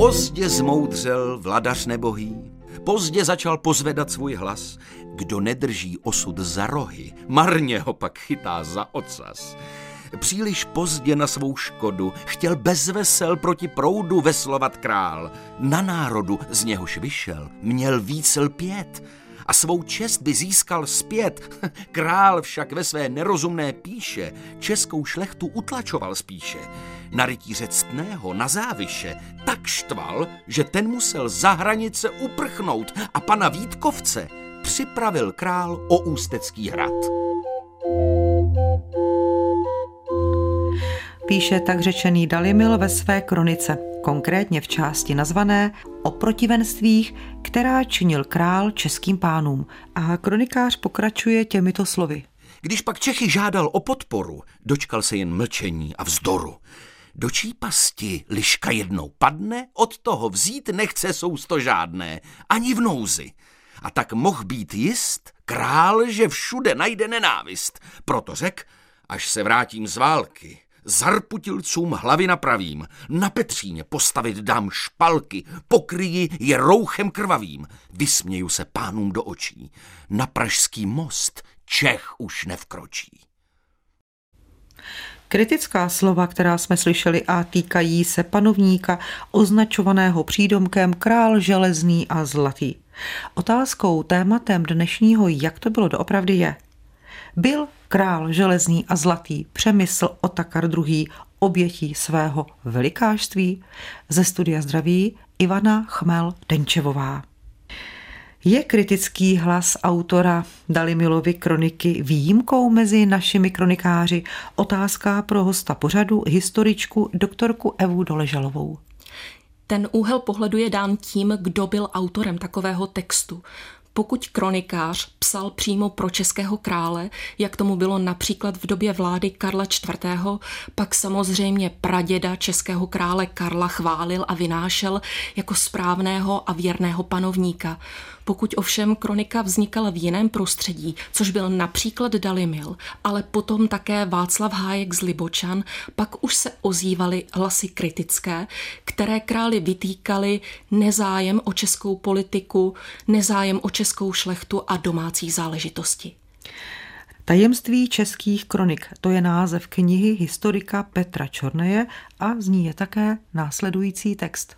Pozdě zmoudřel vladař nebohý, pozdě začal pozvedat svůj hlas. Kdo nedrží osud za rohy, marně ho pak chytá za ocas. Příliš pozdě na svou škodu chtěl bez vesel proti proudu veslovat král. Na národu, z něhož vyšel, měl víc lpět a svou čest by získal zpět. Král však ve své nerozumné píše českou šlechtu utlačoval spíše. Na rytíře ctného, na záviše, tak štval, že ten musel za hranice uprchnout a pana Vítkovce připravil král o Ústecký hrad. Píše tak řečený Dalimil ve své kronice, konkrétně v části nazvané O protivenstvích, která činil král českým pánům. A kronikář pokračuje těmito slovy. Když pak Čechy žádal o podporu, dočkal se jen mlčení a vzdoru. Do čí pasti liška jednou padne, od toho vzít nechce sousto žádné, ani v nouzi. A tak mohl být jist král, že všude najde nenávist. Proto řek, až se vrátím z války, Zarputilcům hlavy napravím, na Petříně postavit dám špalky, pokryji je rouchem krvavým, vysměju se pánům do očí, na Pražský most Čech už nevkročí. Kritická slova, která jsme slyšeli a týkají se panovníka, označovaného přídomkem Král železný a zlatý. Otázkou, tématem dnešního Jak to bylo doopravdy je: byl král železný a zlatý Přemysl Otakar II. Obětí svého velikářství? Ze studia zdraví Ivana Chmel-Denčevová. Je kritický hlas autora Dalimilovy kroniky výjimkou mezi našimi kronikáři? Otázka pro hosta pořadu, historičku doktorku Evu Doležalovou. Ten úhel pohledu je dán tím, kdo byl autorem takového textu. Pokud kronikář psal přímo pro českého krále, jak tomu bylo například v době vlády Karla IV., pak samozřejmě praděda českého krále Karla chválil a vynášel jako správného a věrného panovníka. Pokud ovšem kronika vznikala v jiném prostředí, což byl například Dalimil, ale potom také Václav Hájek z Libočan, pak už se ozývaly hlasy kritické, které králi vytýkaly nezájem o českou politiku, nezájem o českou šlechtu a domácí záležitosti. Tajemství českých kronik, to je název knihy historika Petra Čorneje a z ní je také následující text.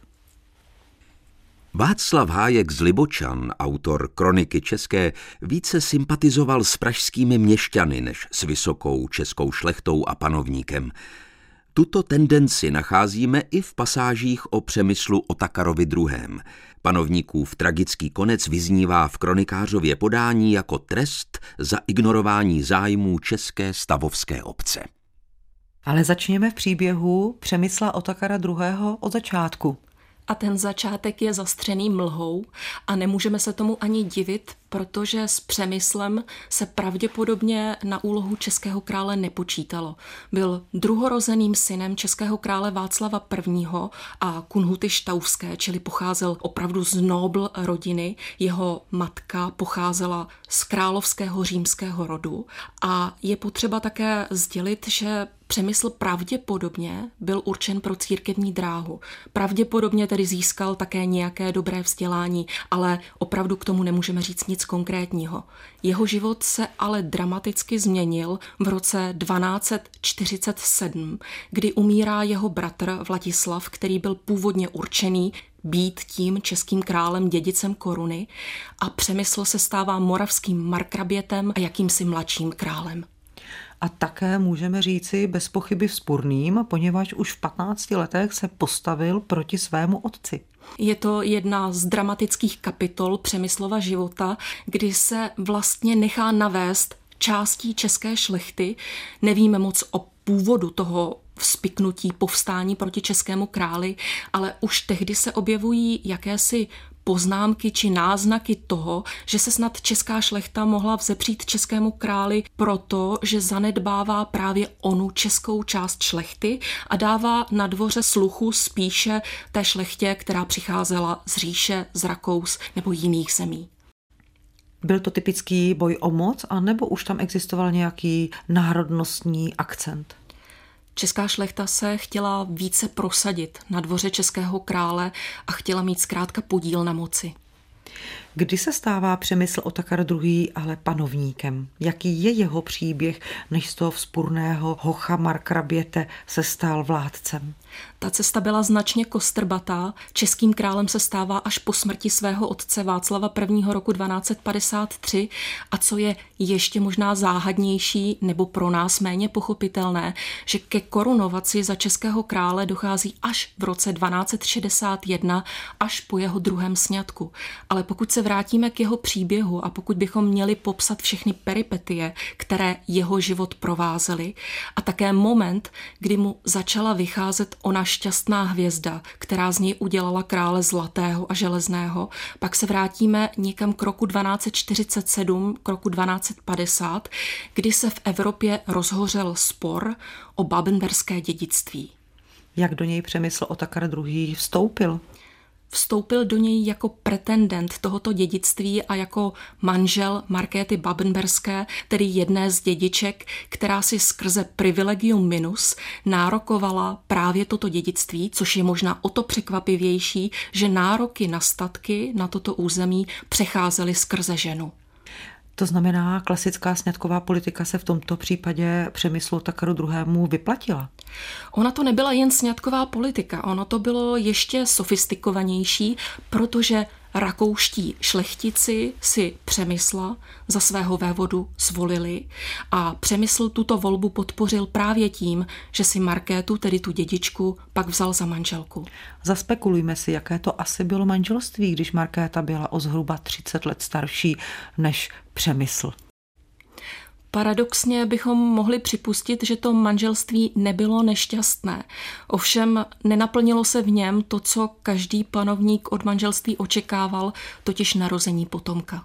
Václav Hájek z Libočan, autor kroniky české, více sympatizoval s pražskými měšťany než s vysokou českou šlechtou a panovníkem. Tuto tendenci nacházíme i v pasážích o Přemyslu Otakarovi II. Panovníkův tragický konec vyznívá v kronikářově podání jako trest za ignorování zájmů české stavovské obce. Ale začněme v příběhu Přemysla Otakara II. Od začátku. A ten začátek je zastřený mlhou a nemůžeme se tomu ani divit, protože s Přemyslem se pravděpodobně na úlohu českého krále nepočítalo. Byl druhorozeným synem českého krále Václava I. a Kunhuty Štauské, čili pocházel opravdu z nobl rodiny. Jeho matka pocházela z královského římského rodu a je potřeba také sdělit, že Přemysl pravděpodobně byl určen pro církevní dráhu. Pravděpodobně tedy získal také nějaké dobré vzdělání, ale opravdu k tomu nemůžeme říct nic konkrétního. Jeho život se ale dramaticky změnil v roce 1247, kdy umírá jeho bratr Vladislav, který byl původně určený být tím českým králem, dědicem koruny, a Přemysl se stává moravským markrabětem a jakýmsi mladším králem. A také můžeme říci bez pochyby vzpurným, poněvadž už v 15 letech se postavil proti svému otci. Je to jedna z dramatických kapitol Přemyslova života, kdy se vlastně nechá navést částí české šlechty. Nevíme moc o původu toho vzpiknutí, povstání proti českému králi, ale už tehdy se objevují jakési poznámky či náznaky toho, že se snad česká šlechta mohla vzepřít českému králi proto, že zanedbává právě onu českou část šlechty a dává na dvoře sluchu spíše té šlechtě, která přicházela z říše, z Rakous nebo jiných zemí. Byl to typický boj o moc, anebo už tam existoval nějaký národnostní akcent? Česká šlechta se chtěla více prosadit na dvoře českého krále a chtěla mít zkrátka podíl na moci. Kdy se stává Přemysl Otakar II. Ale panovníkem? Jaký je jeho příběh, než z toho vzpurného hocha Markraběte se stal vládcem? Ta cesta byla značně kostrbatá. Českým králem se stává až po smrti svého otce Václava I. roku 1253 a co je ještě možná záhadnější nebo pro nás méně pochopitelné, že ke korunovaci za českého krále dochází až v roce 1261, až po jeho druhém sňatku. Ale pokud se vrátíme k jeho příběhu a pokud bychom měli popsat všechny peripetie, které jeho život provázely a také moment, kdy mu začala vycházet ona šťastná hvězda, která z něj udělala krále zlatého a železného, pak se vrátíme někam k roku 1247, k roku 1250, kdy se v Evropě rozhořel spor o babenberské dědictví. Jak do něj Přemysl Otakar II. Vstoupil? Vstoupil do něj jako pretendent tohoto dědictví a jako manžel Markéty Babenberské, tedy jedné z dědiček, která si skrze privilegium minus nárokovala právě toto dědictví, což je možná o to překvapivější, že nároky na statky na toto území přecházely skrze ženu. To znamená, klasická sňatková politika se v tomto případě Přemyslu Otakaru II. Vyplatila. Ona to nebyla jen sňatková politika, ono to bylo ještě sofistikovanější, protože rakouští šlechtici si Přemysla za svého vévodu zvolili a Přemysl tuto volbu podpořil právě tím, že si Markétu, tedy tu dědičku, pak vzal za manželku. Zaspekulujme si, jaké to asi bylo manželství, když Markéta byla o zhruba 30 let starší než Přemysl. Paradoxně bychom mohli připustit, že to manželství nebylo nešťastné. Ovšem nenaplnilo se v něm to, co každý panovník od manželství očekával, totiž narození potomka.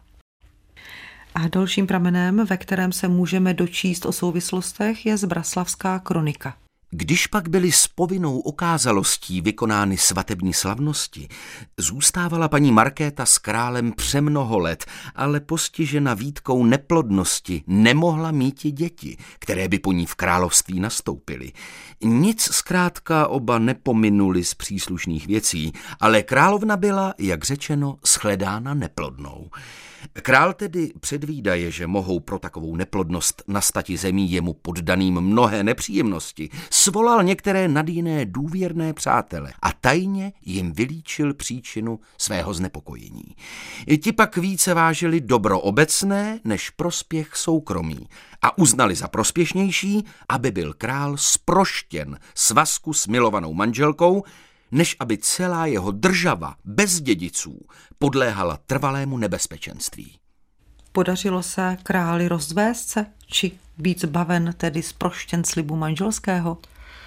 A dalším pramenem, ve kterém se můžeme dočíst o souvislostech, je Zbraslavská kronika. Když pak byly s povinnou okázalostí vykonány svatební slavnosti, zůstávala paní Markéta s králem přemnoho let, ale postižena výtkou neplodnosti nemohla míti děti, které by po ní v království nastoupily. Nic zkrátka oba nepominuli z příslušných věcí, ale královna byla, jak řečeno, shledána neplodnou. Král tedy předvídaje, že mohou pro takovou neplodnost nastati zemí jemu poddaným mnohé nepříjemnosti, svolal některé nad jiné důvěrné přátele a tajně jim vylíčil příčinu svého znepokojení. Ti pak více vážili dobro obecné než prospěch soukromý a uznali za prospěšnější, aby byl král zproštěn svazku s milovanou manželkou, než aby celá jeho država bez dědiců podléhala trvalému nebezpečenství. Podařilo se králi rozvést se, či být zbaven, tedy zproštěn slibu manželského?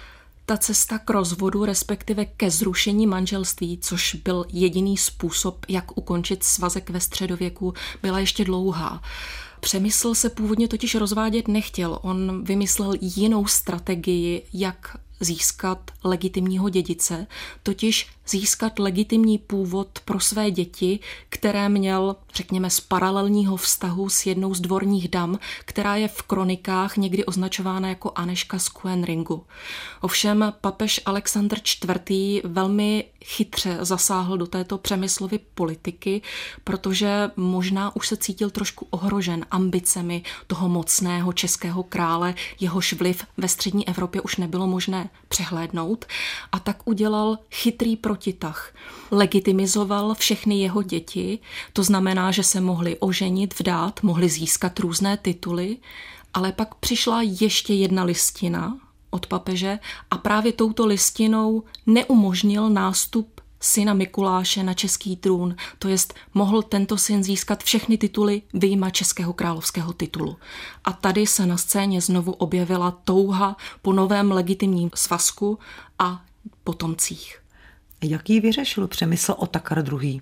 Ta cesta k rozvodu, respektive ke zrušení manželství, což byl jediný způsob, jak ukončit svazek ve středověku, byla ještě dlouhá. Přemysl se původně totiž rozvádět nechtěl. On vymyslel jinou strategii, jak získat legitimního dědice, totiž získat legitimní původ pro své děti, které měl, řekněme, z paralelního vztahu s jednou z dvorních dam, která je v kronikách někdy označována jako Anežka z Kuenringu. Ovšem papež Alexandr IV. Velmi chytře zasáhl do této Přemyslovy politiky, protože možná už se cítil trošku ohrožen ambicemi toho mocného českého krále, jehož vliv ve střední Evropě už nebylo možné přehlédnout, a tak udělal chytrý protitah. Legitimizoval všechny jeho děti, to znamená, že se mohli oženit, vdát, mohli získat různé tituly, ale pak přišla ještě jedna listina od papeže a právě touto listinou neumožnil nástup syna Mikuláše na český trůn, to jest mohl tento syn získat všechny tituly vyjma českého královského titulu. A tady se na scéně znovu objevila touha po novém legitimním svazku a potomcích. Jak ji vyřešil Přemysl Otakar II.?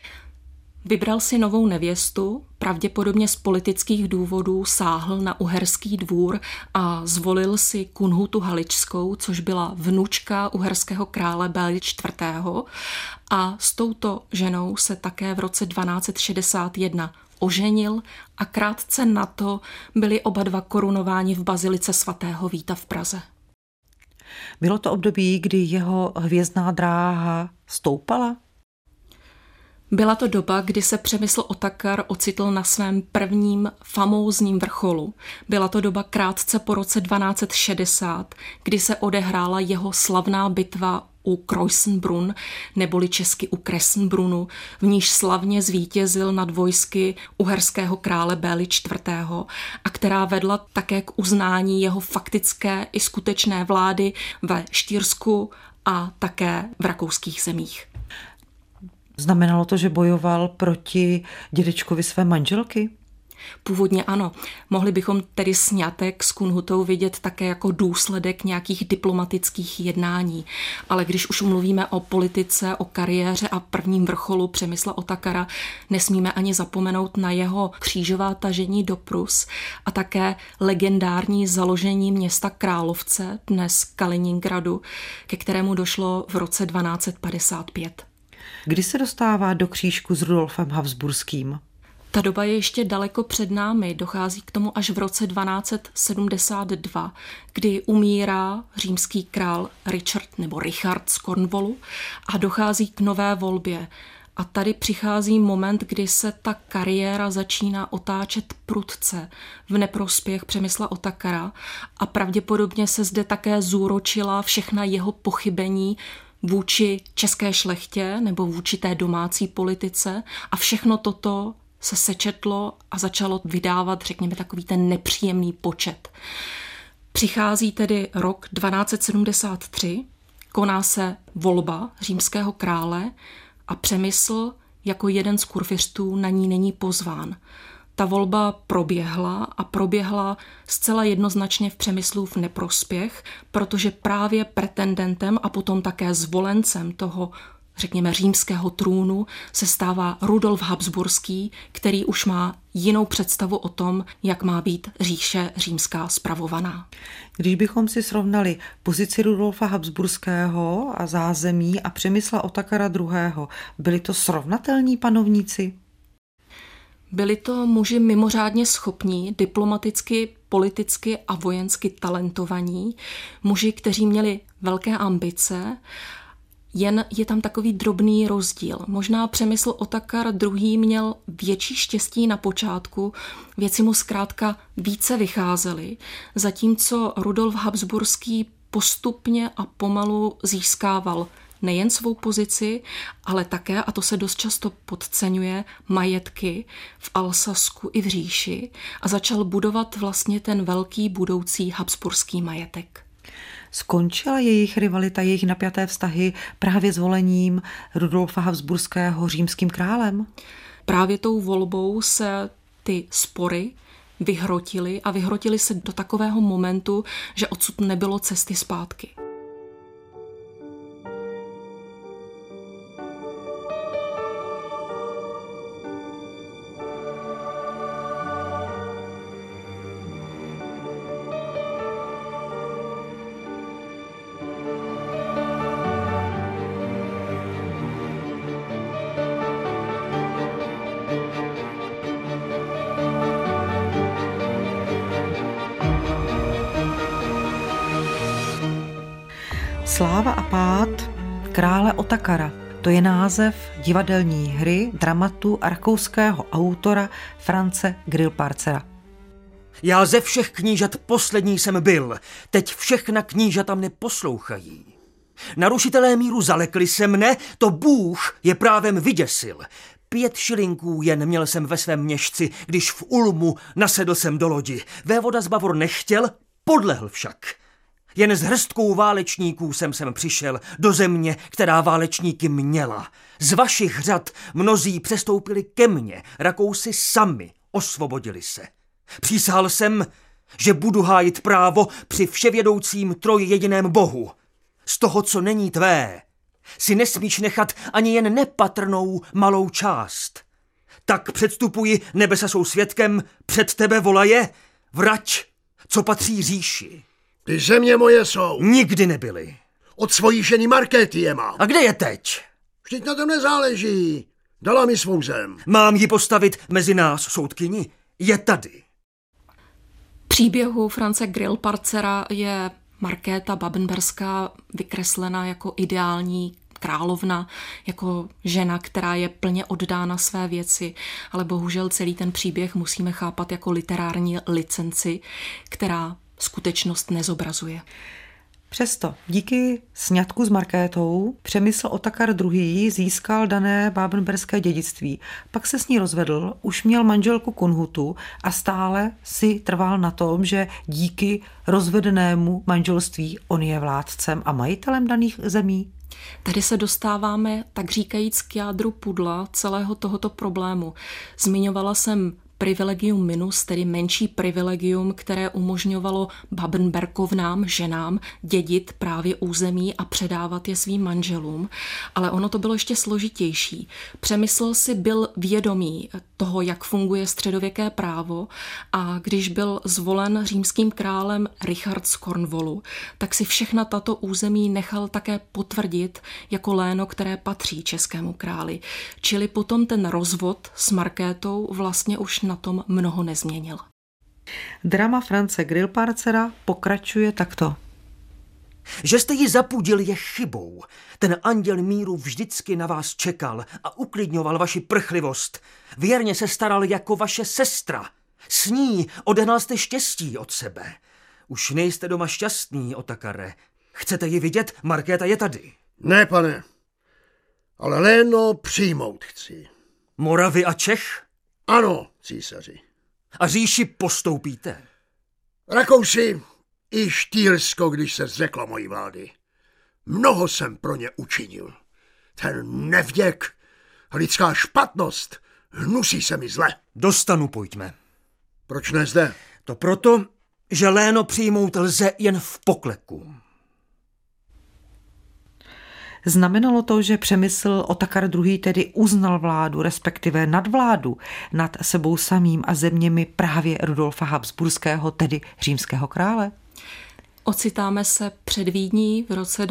Vybral si novou nevěstu, pravděpodobně z politických důvodů sáhl na uherský dvůr a zvolil si Kunhutu Haličskou, což byla vnučka uherského krále Béli IV. A s touto ženou se také v roce 1261 oženil a krátce na to byli oba dva korunováni v bazilice svatého Víta v Praze. Bylo to období, kdy jeho hvězdná dráha stoupala? Byla to doba, kdy se Přemysl Otakar ocitl na svém prvním famózním vrcholu. Byla to doba krátce po roce 1260, kdy se odehrála jeho slavná bitva u Kreuzenbrunn, neboli česky u Kressenbrunnu, v níž slavně zvítězil nad vojsky uherského krále Béli IV. A která vedla také k uznání jeho faktické i skutečné vlády ve Štýrsku a také v rakouských zemích. Znamenalo to, že bojoval proti dědečkovi své manželky? Původně ano. Mohli bychom tedy sňatek s Kunhutou vidět také jako důsledek nějakých diplomatických jednání. Ale když už mluvíme o politice, o kariéře a prvním vrcholu Přemysla Otakara, nesmíme ani zapomenout na jeho křížová tažení do Prus a také legendární založení města Královce, dnes Kaliningradu, ke kterému došlo v roce 1255. Kdy se dostává do křížku s Rudolfem Habsburským? Ta doba je ještě daleko před námi, dochází k tomu až v roce 1272, kdy umírá římský král Richard z Cornwallu a dochází k nové volbě. A tady přichází moment, kdy se ta kariéra začíná otáčet prudce v neprospěch Přemysla Otakara a pravděpodobně se zde také zúročila všechna jeho pochybení vůči české šlechtě nebo vůči té domácí politice a všechno toto se sečetlo a začalo vydávat, řekněme, takový ten nepříjemný počet. Přichází tedy rok 1273, koná se volba římského krále a Přemysl jako jeden z kurfiřtů na ní není pozván. Ta volba proběhla zcela jednoznačně v Přemyslův neprospěch, protože právě pretendentem a potom také zvolencem toho, řekněme, římského trůnu se stává Rudolf Habsburský, který už má jinou představu o tom, jak má být říše římská spravovaná. Když bychom si srovnali pozici Rudolfa Habsburského a zázemí a Přemysla Otakara II., byli to srovnatelní panovníci? Byli to muži mimořádně schopní, diplomaticky, politicky a vojensky talentovaní, muži, kteří měli velké ambice. Jen je tam takový drobný rozdíl. Možná Přemysl Otakar II. Měl větší štěstí na počátku, věci mu zkrátka více vycházely, zatímco Rudolf Habsburský postupně a pomalu získával nejen svou pozici, ale také, a to se dost často podceňuje, majetky v Alsasku i v říši a začal budovat vlastně ten velký budoucí habsburský majetek. Skončila jejich rivalita, jejich napjaté vztahy právě zvolením Rudolfa Habsburského římským králem? Právě tou volbou se ty spory vyhrotily se do takového momentu, že odsud nebylo cesty zpátky. Sláva a pád krále Otakara. To je název divadelní hry dramatu a rakouského autora France Grillparzera. Já ze všech knížat poslední jsem byl, teď všechna knížata mne poslouchají. Narušitelé míru zalekli se mne, to Bůh je právem vyděsil. 5 šilinků jen měl jsem ve svém měšci, když v Ulmu nasedl jsem do lodi. Vévoda z Bavor nechtěl, podlehl však. Jen s hrstkou válečníků jsem sem přišel do země, která válečníky měla. Z vašich řad mnozí přestoupili ke mně, Rakousi sami osvobodili se. Přísahal jsem, že budu hájit právo při vševědoucím trojjediném Bohu. Z toho, co není tvé, si nesmíš nechat ani jen nepatrnou malou část. Tak předstupuji, nebesa jsou svědkem, před tebe volaje, vrať, co patří říši. Ty země moje jsou. Nikdy nebyly. Od svojí ženy Markéty je mám. A kde je teď? Vždyť na tom nezáleží. Dala mi svou zem. Mám ji postavit mezi nás, soudkyni? Je tady. Příběhu France Grillparzera je Markéta Babenberská vykreslena jako ideální královna, jako žena, která je plně oddána své věci, ale bohužel celý ten příběh musíme chápat jako literární licenci, která skutečnost nezobrazuje. Přesto díky sňatku s Markétou Přemysl Otakar II. Získal dané babenberské dědictví. Pak se s ní rozvedl, už měl manželku Kunhutu a stále si trval na tom, že díky rozvedenému manželství on je vládcem a majitelem daných zemí. Tady se dostáváme, tak říkajíc, k jádru pudla celého tohoto problému. Zmiňovala jsem privilegium minus, tedy menší privilegium, které umožňovalo Babenberkovnám, ženám, dědit právě území a předávat je svým manželům. Ale ono to bylo ještě složitější. Přemysl si byl vědomý toho, jak funguje středověké právo, a když byl zvolen římským králem Richard z Cornwallu, tak si všechna tato území nechal také potvrdit jako léno, které patří českému králi. Čili potom ten rozvod s Markétou vlastně už na tom mnoho nezměnil. Drama France Grillparzera pokračuje takto. Že jste ji zapudil, je chybou. Ten anděl míru vždycky na vás čekal a uklidňoval vaši prchlivost. Věrně se staral jako vaše sestra. S ní odehnal jste štěstí od sebe. Už nejste doma šťastný, Otakare. Chcete ji vidět? Markéta je tady. Ne, pane, ale léno přijmout chci. Moravy a Čech? Ano, císaři. A říši postoupíte? Rakouši i Štýrsko, když se zřeklo mojí vlády. Mnoho jsem pro ně učinil. Ten nevděk a lidská špatnost hnusí se mi zle. Do stanu pojďme. Proč ne zde? To proto, že léno přijmout lze jen v pokleku. Znamenalo to, že Přemysl Otakar II. Tedy uznal vládu, respektive nadvládu nad sebou samým a zeměmi právě Rudolfa Habsburského, tedy římského krále? Ocitáme se před Vídní v roce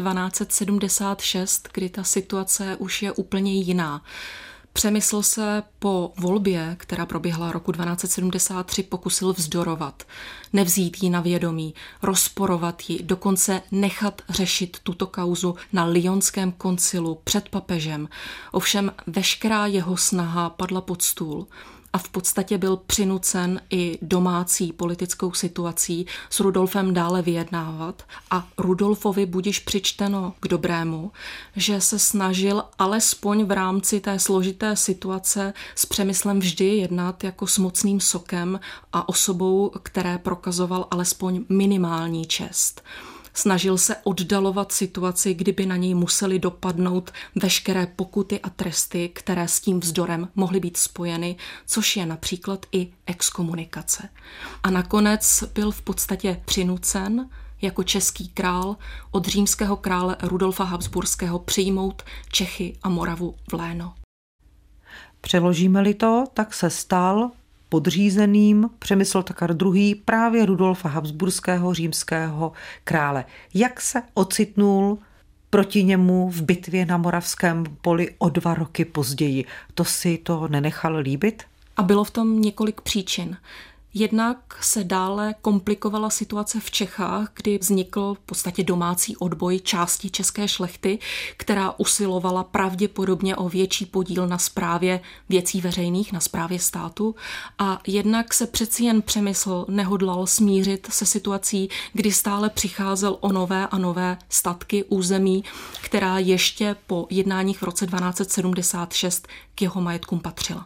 1276, kdy ta situace už je úplně jiná. Přemysl se po volbě, která proběhla roku 1273, pokusil vzdorovat, nevzít ji na vědomí, rozporovat ji, dokonce nechat řešit tuto kauzu na Lyonském koncilu před papežem. Ovšem veškerá jeho snaha padla pod stůl a v podstatě byl přinucen i domácí politickou situací s Rudolfem dále vyjednávat a Rudolfovi budiž přičteno k dobrému, že se snažil alespoň v rámci té složité situace s Přemyslem vždy jednat jako s mocným sokem a osobou, které prokazoval alespoň minimální čest. Snažil se oddalovat situaci, kdyby na něj museli dopadnout veškeré pokuty a tresty, které s tím vzdorem mohly být spojeny, což je například i exkomunikace. A nakonec byl v podstatě přinucen jako český král od římského krále Rudolfa Habsburského přijmout Čechy a Moravu v léno. Přeložíme-li to, tak se stal podřízeným Přemysl Otakar II. Právě Rudolfa Habsburského římského krále. Jak se ocitnul proti němu v bitvě na Moravském poli o 2 roky později? To si to nenechal líbit? A bylo v tom několik příčin. Jednak se dále komplikovala situace v Čechách, kdy vznikl v podstatě domácí odboj části české šlechty, která usilovala pravděpodobně o větší podíl na správě věcí veřejných, na správě státu. A jednak se přeci jen Přemysl nehodlal smířit se situací, kdy stále přicházel o nové a nové statky území, která ještě po jednáních v roce 1276 k jeho majetkům patřila.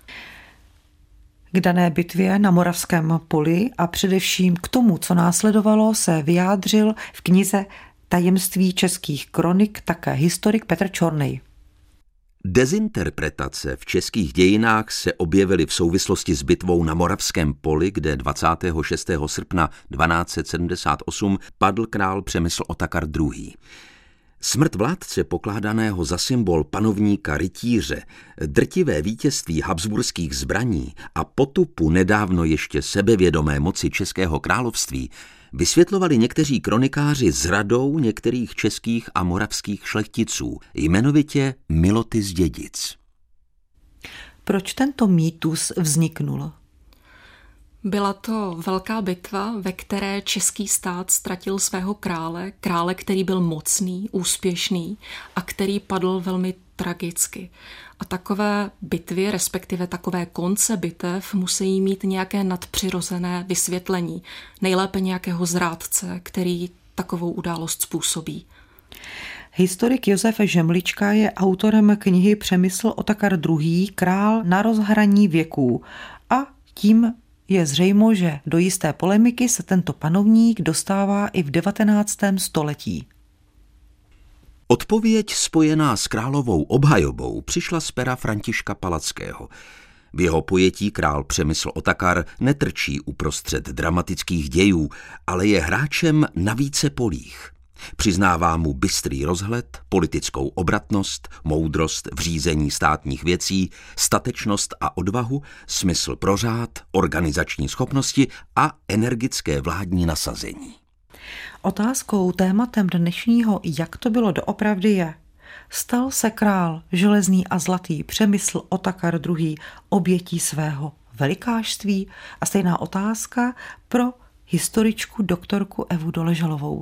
K dané bitvě na Moravském poli a především k tomu, co následovalo, se vyjádřil v knize Tajemství českých kronik také historik Petr Čornej. Dezinterpretace v českých dějinách se objevily v souvislosti s bitvou na Moravském poli, kde 26. srpna 1278 padl král Přemysl Otakar II. Smrt vládce pokládaného za symbol panovníka rytíře, drtivé vítězství habsburských zbraní a potupu nedávno ještě sebevědomé moci Českého království vysvětlovali někteří kronikáři zradou některých českých a moravských šlechticů, jmenovitě Miloty z Dědic. Proč tento mýtus vzniknul? Byla to velká bitva, ve které český stát ztratil svého krále, který byl mocný, úspěšný a který padl velmi tragicky. A takové bitvy, respektive takové konce bitev, musí mít nějaké nadpřirozené vysvětlení. Nejlépe nějakého zrádce, který takovou událost způsobí. Historik Josef Žemlička je autorem knihy Přemysl Otakar II. Král na rozhraní věků a tím je zřejmo, že do jisté polemiky se tento panovník dostává i v 19. století. Odpověď spojená s královou obhajobou přišla z pera Františka Palackého. V jeho pojetí král Přemysl Otakar netrčí uprostřed dramatických dějů, ale je hráčem na více polích. Přiznává mu bystrý rozhled, politickou obratnost, moudrost v řízení státních věcí, statečnost a odvahu, smysl pro řád, organizační schopnosti a energické vládní nasazení. Otázkou, tématem dnešního Jak to bylo doopravdy je: stal se král železný a zlatý Přemysl Otakar II. Obětí svého velikášství? A stejná otázka pro historičku doktorku Evu Doležalovou.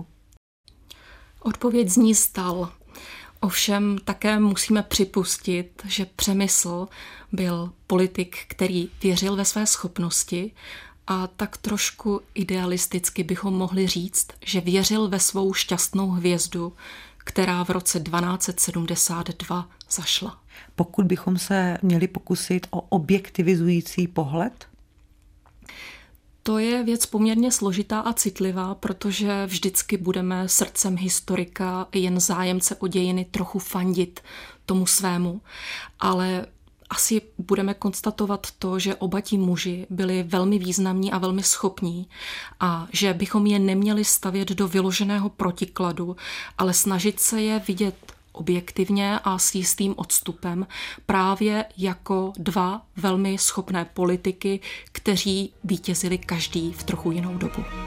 Odpověď zní stal. Ovšem také musíme připustit, že Přemysl byl politik, který věřil ve své schopnosti a tak trošku idealisticky bychom mohli říct, že věřil ve svou šťastnou hvězdu, která v roce 1272 zašla. Pokud bychom se měli pokusit o objektivizující pohled? To je věc poměrně složitá a citlivá, protože vždycky budeme srdcem historika jen zájemce o dějiny trochu fandit tomu svému, ale asi budeme konstatovat to, že oba ti muži byli velmi významní a velmi schopní a že bychom je neměli stavět do vyloženého protikladu, ale snažit se je vidět objektivně a s jistým odstupem právě jako dva velmi schopné politiky, kteří vítězili každý v trochu jinou dobu.